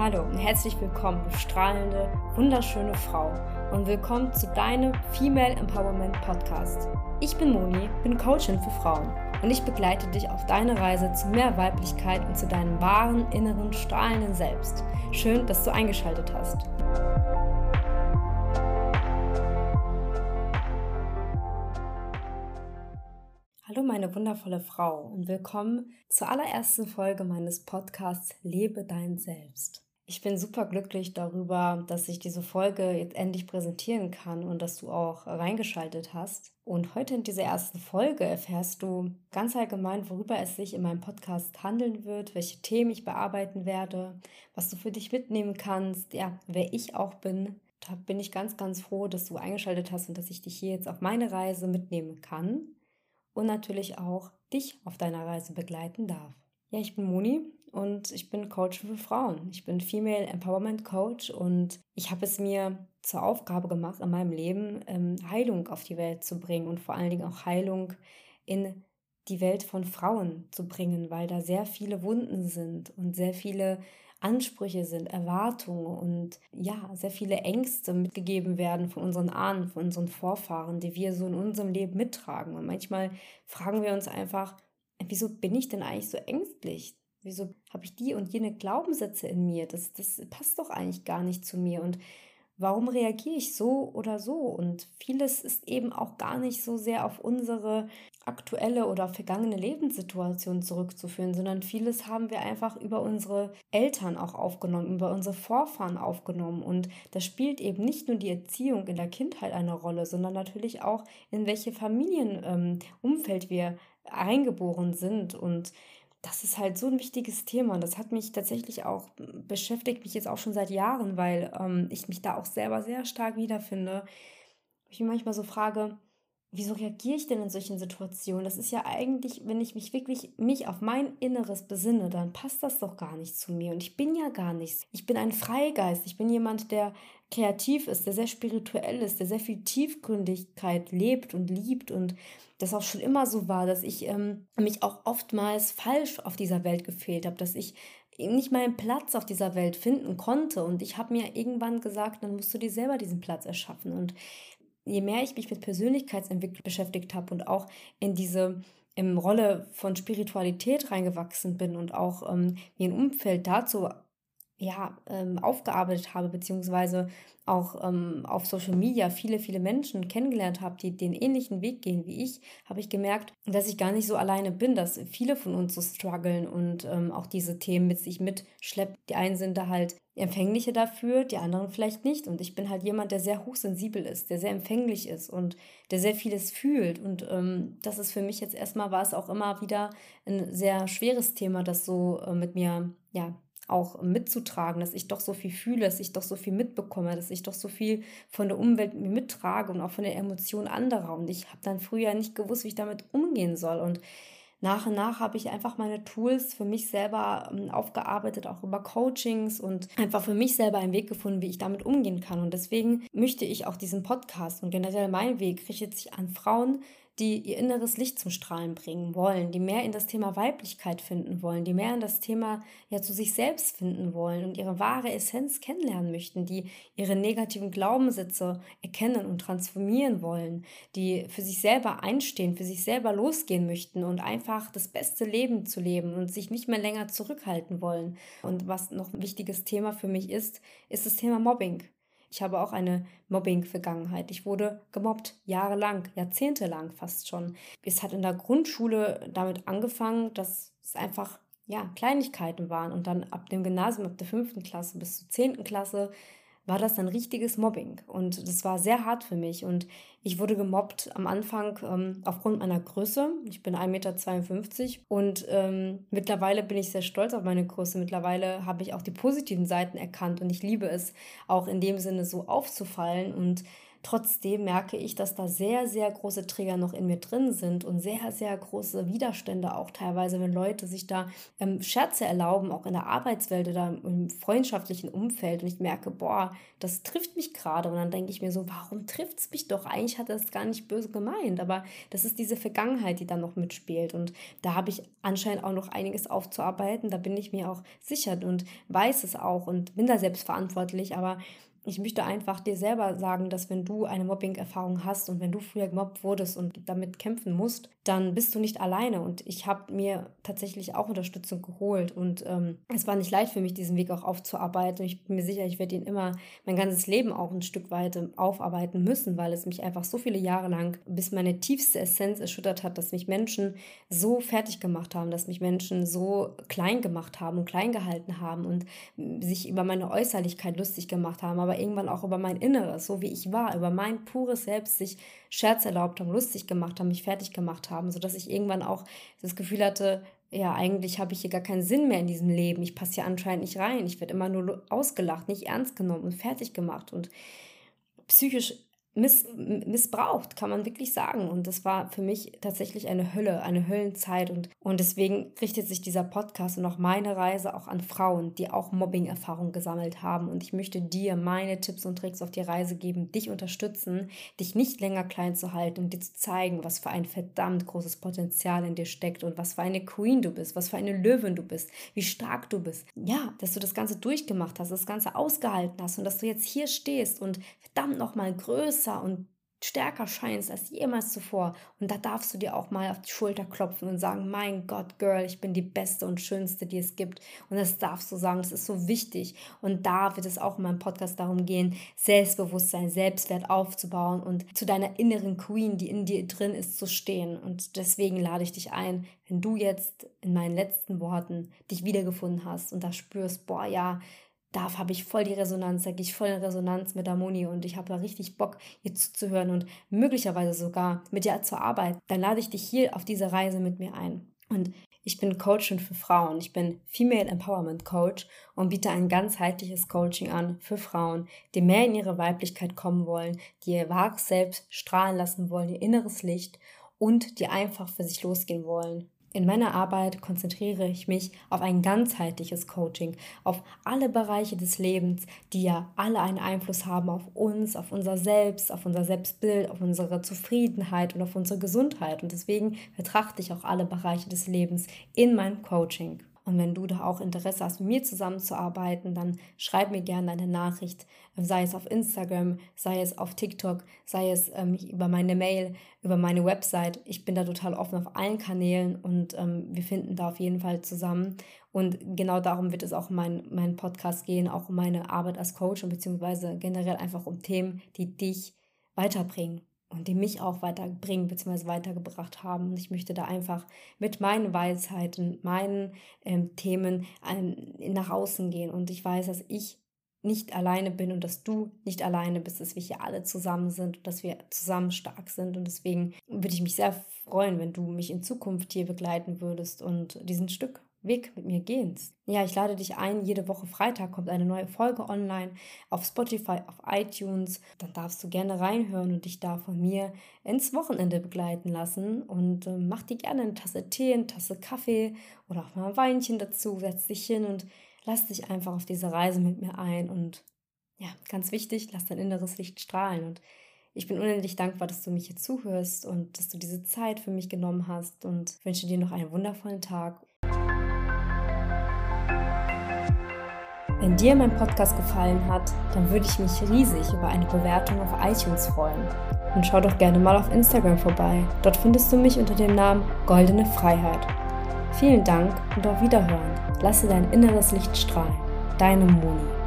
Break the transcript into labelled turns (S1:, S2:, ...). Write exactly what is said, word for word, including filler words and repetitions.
S1: Hallo und herzlich willkommen, du strahlende, wunderschöne Frau, und willkommen zu deinem Female Empowerment Podcast. Ich bin Moni, bin Coachin für Frauen und ich begleite dich auf deine Reise zu mehr Weiblichkeit und zu deinem wahren, inneren, strahlenden Selbst. Schön, dass du eingeschaltet hast. Hallo meine wundervolle Frau und willkommen zur allerersten Folge meines Podcasts Lebe dein Selbst. Ich bin super glücklich darüber, dass ich diese Folge jetzt endlich präsentieren kann und dass du auch reingeschaltet hast. Und heute in dieser ersten Folge erfährst du ganz allgemein, worüber es sich in meinem Podcast handeln wird, welche Themen ich bearbeiten werde, was du für dich mitnehmen kannst, ja, wer ich auch bin. Da bin ich ganz, ganz froh, dass du eingeschaltet hast und dass ich dich hier jetzt auf meine Reise mitnehmen kann und natürlich auch dich auf deiner Reise begleiten darf. Ja, ich bin Moni und ich bin Coach für Frauen. Ich bin Female Empowerment Coach und ich habe es mir zur Aufgabe gemacht, in meinem Leben ähm, Heilung auf die Welt zu bringen und vor allen Dingen auch Heilung in die Welt von Frauen zu bringen, weil da sehr viele Wunden sind und sehr viele Ansprüche sind, Erwartungen und ja, sehr viele Ängste mitgegeben werden von unseren Ahnen, von unseren Vorfahren, die wir so in unserem Leben mittragen. Und manchmal fragen wir uns einfach, wieso bin ich denn eigentlich so ängstlich? Wieso habe ich die und jene Glaubenssätze in mir? Das, das passt doch eigentlich gar nicht zu mir. Und warum reagiere ich so oder so? Und vieles ist eben auch gar nicht so sehr auf unsere aktuelle oder vergangene Lebenssituation zurückzuführen, sondern vieles haben wir einfach über unsere Eltern auch aufgenommen, über unsere Vorfahren aufgenommen. Und das spielt eben nicht nur die Erziehung in der Kindheit eine Rolle, sondern natürlich auch, in welche Familienumfeld ähm, wir eingeboren sind. Und das ist halt so ein wichtiges Thema und das hat mich tatsächlich auch, beschäftigt mich jetzt auch schon seit Jahren, weil ähm, ich mich da auch selber sehr stark wiederfinde. Ich mich manchmal so frage, wieso reagiere ich denn in solchen Situationen? Das ist ja eigentlich, wenn ich mich wirklich mich auf mein Inneres besinne, dann passt das doch gar nicht zu mir und ich bin ja gar nichts. Ich bin ein Freigeist, ich bin jemand, der kreativ ist, der sehr spirituell ist, der sehr viel Tiefgründigkeit lebt und liebt und das auch schon immer so war, dass ich ähm, mich auch oftmals falsch auf dieser Welt gefühlt habe, dass ich nicht meinen Platz auf dieser Welt finden konnte und ich habe mir irgendwann gesagt, dann musst du dir selber diesen Platz erschaffen und je mehr ich mich mit Persönlichkeitsentwicklung beschäftigt habe und auch in diese ähm, Rolle von Spiritualität reingewachsen bin und auch ähm, mir ein Umfeld dazu ja, ähm, aufgearbeitet habe, beziehungsweise auch ähm, auf Social Media viele, viele Menschen kennengelernt habe, die den ähnlichen Weg gehen wie ich, habe ich gemerkt, dass ich gar nicht so alleine bin, dass viele von uns so strugglen und ähm, auch diese Themen mit sich mitschleppen. Die einen sind da halt empfänglicher dafür, die anderen vielleicht nicht. Und ich bin halt jemand, der sehr hochsensibel ist, der sehr empfänglich ist und der sehr vieles fühlt. Und ähm, das ist für mich jetzt erstmal, war es auch immer wieder ein sehr schweres Thema, das so äh, mit mir, ja, auch mitzutragen, dass ich doch so viel fühle, dass ich doch so viel mitbekomme, dass ich doch so viel von der Umwelt mit mir mittrage und auch von der Emotion anderer. Und ich habe dann früher nicht gewusst, wie ich damit umgehen soll. Und nach und nach habe ich einfach meine Tools für mich selber ähm, aufgearbeitet, auch über Coachings und einfach für mich selber einen Weg gefunden, wie ich damit umgehen kann. Und deswegen möchte ich auch diesen Podcast und generell mein Weg richtet sich an Frauen, die ihr inneres Licht zum Strahlen bringen wollen, die mehr in das Thema Weiblichkeit finden wollen, die mehr in das Thema ja zu sich selbst finden wollen und ihre wahre Essenz kennenlernen möchten, die ihre negativen Glaubenssätze erkennen und transformieren wollen, die für sich selber einstehen, für sich selber losgehen möchten und einfach das beste Leben zu leben und sich nicht mehr länger zurückhalten wollen. Und was noch ein wichtiges Thema für mich ist, ist das Thema Mobbing. Ich habe auch eine Mobbing-Vergangenheit. Ich wurde gemobbt, jahrelang, jahrzehntelang fast schon. Es hat in der Grundschule damit angefangen, dass es einfach ja, Kleinigkeiten waren. Und dann ab dem Gymnasium, ab der fünften Klasse bis zur zehnten Klasse, war das dann richtiges Mobbing. Und das war sehr hart für mich. Und ich wurde gemobbt am Anfang ähm, aufgrund meiner Größe. Ich bin ein Meter zweiundfünfzig und ähm, mittlerweile bin ich sehr stolz auf meine Größe. Mittlerweile habe ich auch die positiven Seiten erkannt und ich liebe es, auch in dem Sinne so aufzufallen und trotzdem merke ich, dass da sehr, sehr große Trigger noch in mir drin sind und sehr, sehr große Widerstände auch teilweise, wenn Leute sich da ähm, Scherze erlauben, auch in der Arbeitswelt oder im freundschaftlichen Umfeld und ich merke, boah, das trifft mich gerade und dann denke ich mir so, warum trifft es mich doch? Eigentlich hat er es gar nicht böse gemeint, aber das ist diese Vergangenheit, die dann noch mitspielt und da habe ich anscheinend auch noch einiges aufzuarbeiten, da bin ich mir auch sicher und weiß es auch und bin da selbst verantwortlich, aber ich möchte einfach dir selber sagen, dass wenn du eine Mobbing-Erfahrung hast und wenn du früher gemobbt wurdest und damit kämpfen musst, dann bist du nicht alleine. Und ich habe mir tatsächlich auch Unterstützung geholt. Und ähm, es war nicht leicht für mich, diesen Weg auch aufzuarbeiten. Und ich bin mir sicher, ich werde ihn immer mein ganzes Leben auch ein Stück weit ähm, aufarbeiten müssen, weil es mich einfach so viele Jahre lang bis meine tiefste Essenz erschüttert hat, dass mich Menschen so fertig gemacht haben, dass mich Menschen so klein gemacht haben und klein gehalten haben und sich über meine Äußerlichkeit lustig gemacht haben, aber irgendwann auch über mein Inneres, so wie ich war, über mein pures Selbst sich Scherz erlaubt haben, lustig gemacht haben, mich fertig gemacht haben, sodass ich irgendwann auch das Gefühl hatte, ja, eigentlich habe ich hier gar keinen Sinn mehr in diesem Leben. Ich passe hier anscheinend nicht rein. Ich werde immer nur ausgelacht, nicht ernst genommen und fertig gemacht und psychisch miss, missbraucht, kann man wirklich sagen. Und das war für mich tatsächlich eine Hölle, eine Höllenzeit. Und, und deswegen richtet sich dieser Podcast und auch meine Reise auch an Frauen, die auch Mobbing-Erfahrung gesammelt haben. Und ich möchte dir meine Tipps und Tricks auf die Reise geben, dich unterstützen, dich nicht länger klein zu halten und dir zu zeigen, was für ein verdammt großes Potenzial in dir steckt und was für eine Queen du bist, was für eine Löwin du bist, wie stark du bist. Ja, dass du das Ganze durchgemacht hast, das Ganze ausgehalten hast und dass du jetzt hier stehst und verdammt nochmal größer und stärker scheinst als jemals zuvor. Und da darfst du dir auch mal auf die Schulter klopfen und sagen, mein Gott, Girl, ich bin die Beste und Schönste, die es gibt. Und das darfst du sagen, das ist so wichtig. Und da wird es auch in meinem Podcast darum gehen, Selbstbewusstsein, Selbstwert aufzubauen und zu deiner inneren Queen, die in dir drin ist, zu stehen. Und deswegen lade ich dich ein, wenn du jetzt in meinen letzten Worten dich wiedergefunden hast und da spürst, boah, ja, da habe ich voll die Resonanz, da gehe ich voll in Resonanz mit der Moni und ich habe da richtig Bock, ihr zuzuhören und möglicherweise sogar mit dir zu arbeiten. Dann lade ich dich hier auf diese Reise mit mir ein. Und ich bin Coachin für Frauen. Ich bin Female Empowerment Coach und biete ein ganzheitliches Coaching an für Frauen, die mehr in ihre Weiblichkeit kommen wollen, die ihr wahres Selbst strahlen lassen wollen, ihr inneres Licht und die einfach für sich losgehen wollen. In meiner Arbeit konzentriere ich mich auf ein ganzheitliches Coaching, auf alle Bereiche des Lebens, die ja alle einen Einfluss haben auf uns, auf unser Selbst, auf unser Selbstbild, auf unsere Zufriedenheit und auf unsere Gesundheit. Und deswegen betrachte ich auch alle Bereiche des Lebens in meinem Coaching. Und wenn du da auch Interesse hast, mit mir zusammenzuarbeiten, dann schreib mir gerne eine Nachricht, sei es auf Instagram, sei es auf TikTok, sei es ähm, über meine Mail, über meine Website. Ich bin da total offen auf allen Kanälen und ähm, wir finden da auf jeden Fall zusammen. Und genau darum wird es auch in mein, meinen Podcast gehen, auch um meine Arbeit als Coach und beziehungsweise generell einfach um Themen, die dich weiterbringen. Und die mich auch weiterbringen bzw. weitergebracht haben. Und ich möchte da einfach mit meinen Weisheiten, meinen ähm, Themen ähm, nach außen gehen. Und ich weiß, dass ich nicht alleine bin und dass du nicht alleine bist, dass wir hier alle zusammen sind und dass wir zusammen stark sind. Und deswegen würde ich mich sehr freuen, wenn du mich in Zukunft hier begleiten würdest und diesen Stück Weg mit mir gehst. Ja, ich lade dich ein, jede Woche Freitag kommt eine neue Folge online auf Spotify, auf iTunes. Dann darfst du gerne reinhören und dich da von mir ins Wochenende begleiten lassen. Und äh, mach dir gerne eine Tasse Tee, eine Tasse Kaffee oder auch mal ein Weinchen dazu. Setz dich hin und lass dich einfach auf diese Reise mit mir ein. Und ja, ganz wichtig, lass dein inneres Licht strahlen. Und ich bin unendlich dankbar, dass du mich hier zuhörst und dass du diese Zeit für mich genommen hast und wünsche dir noch einen wundervollen Tag. Wenn dir mein Podcast gefallen hat, dann würde ich mich riesig über eine Bewertung auf iTunes freuen. Und schau doch gerne mal auf Instagram vorbei. Dort findest du mich unter dem Namen Goldene Freiheit. Vielen Dank und auf Wiederhören. Lasse dein inneres Licht strahlen. Deine Moni.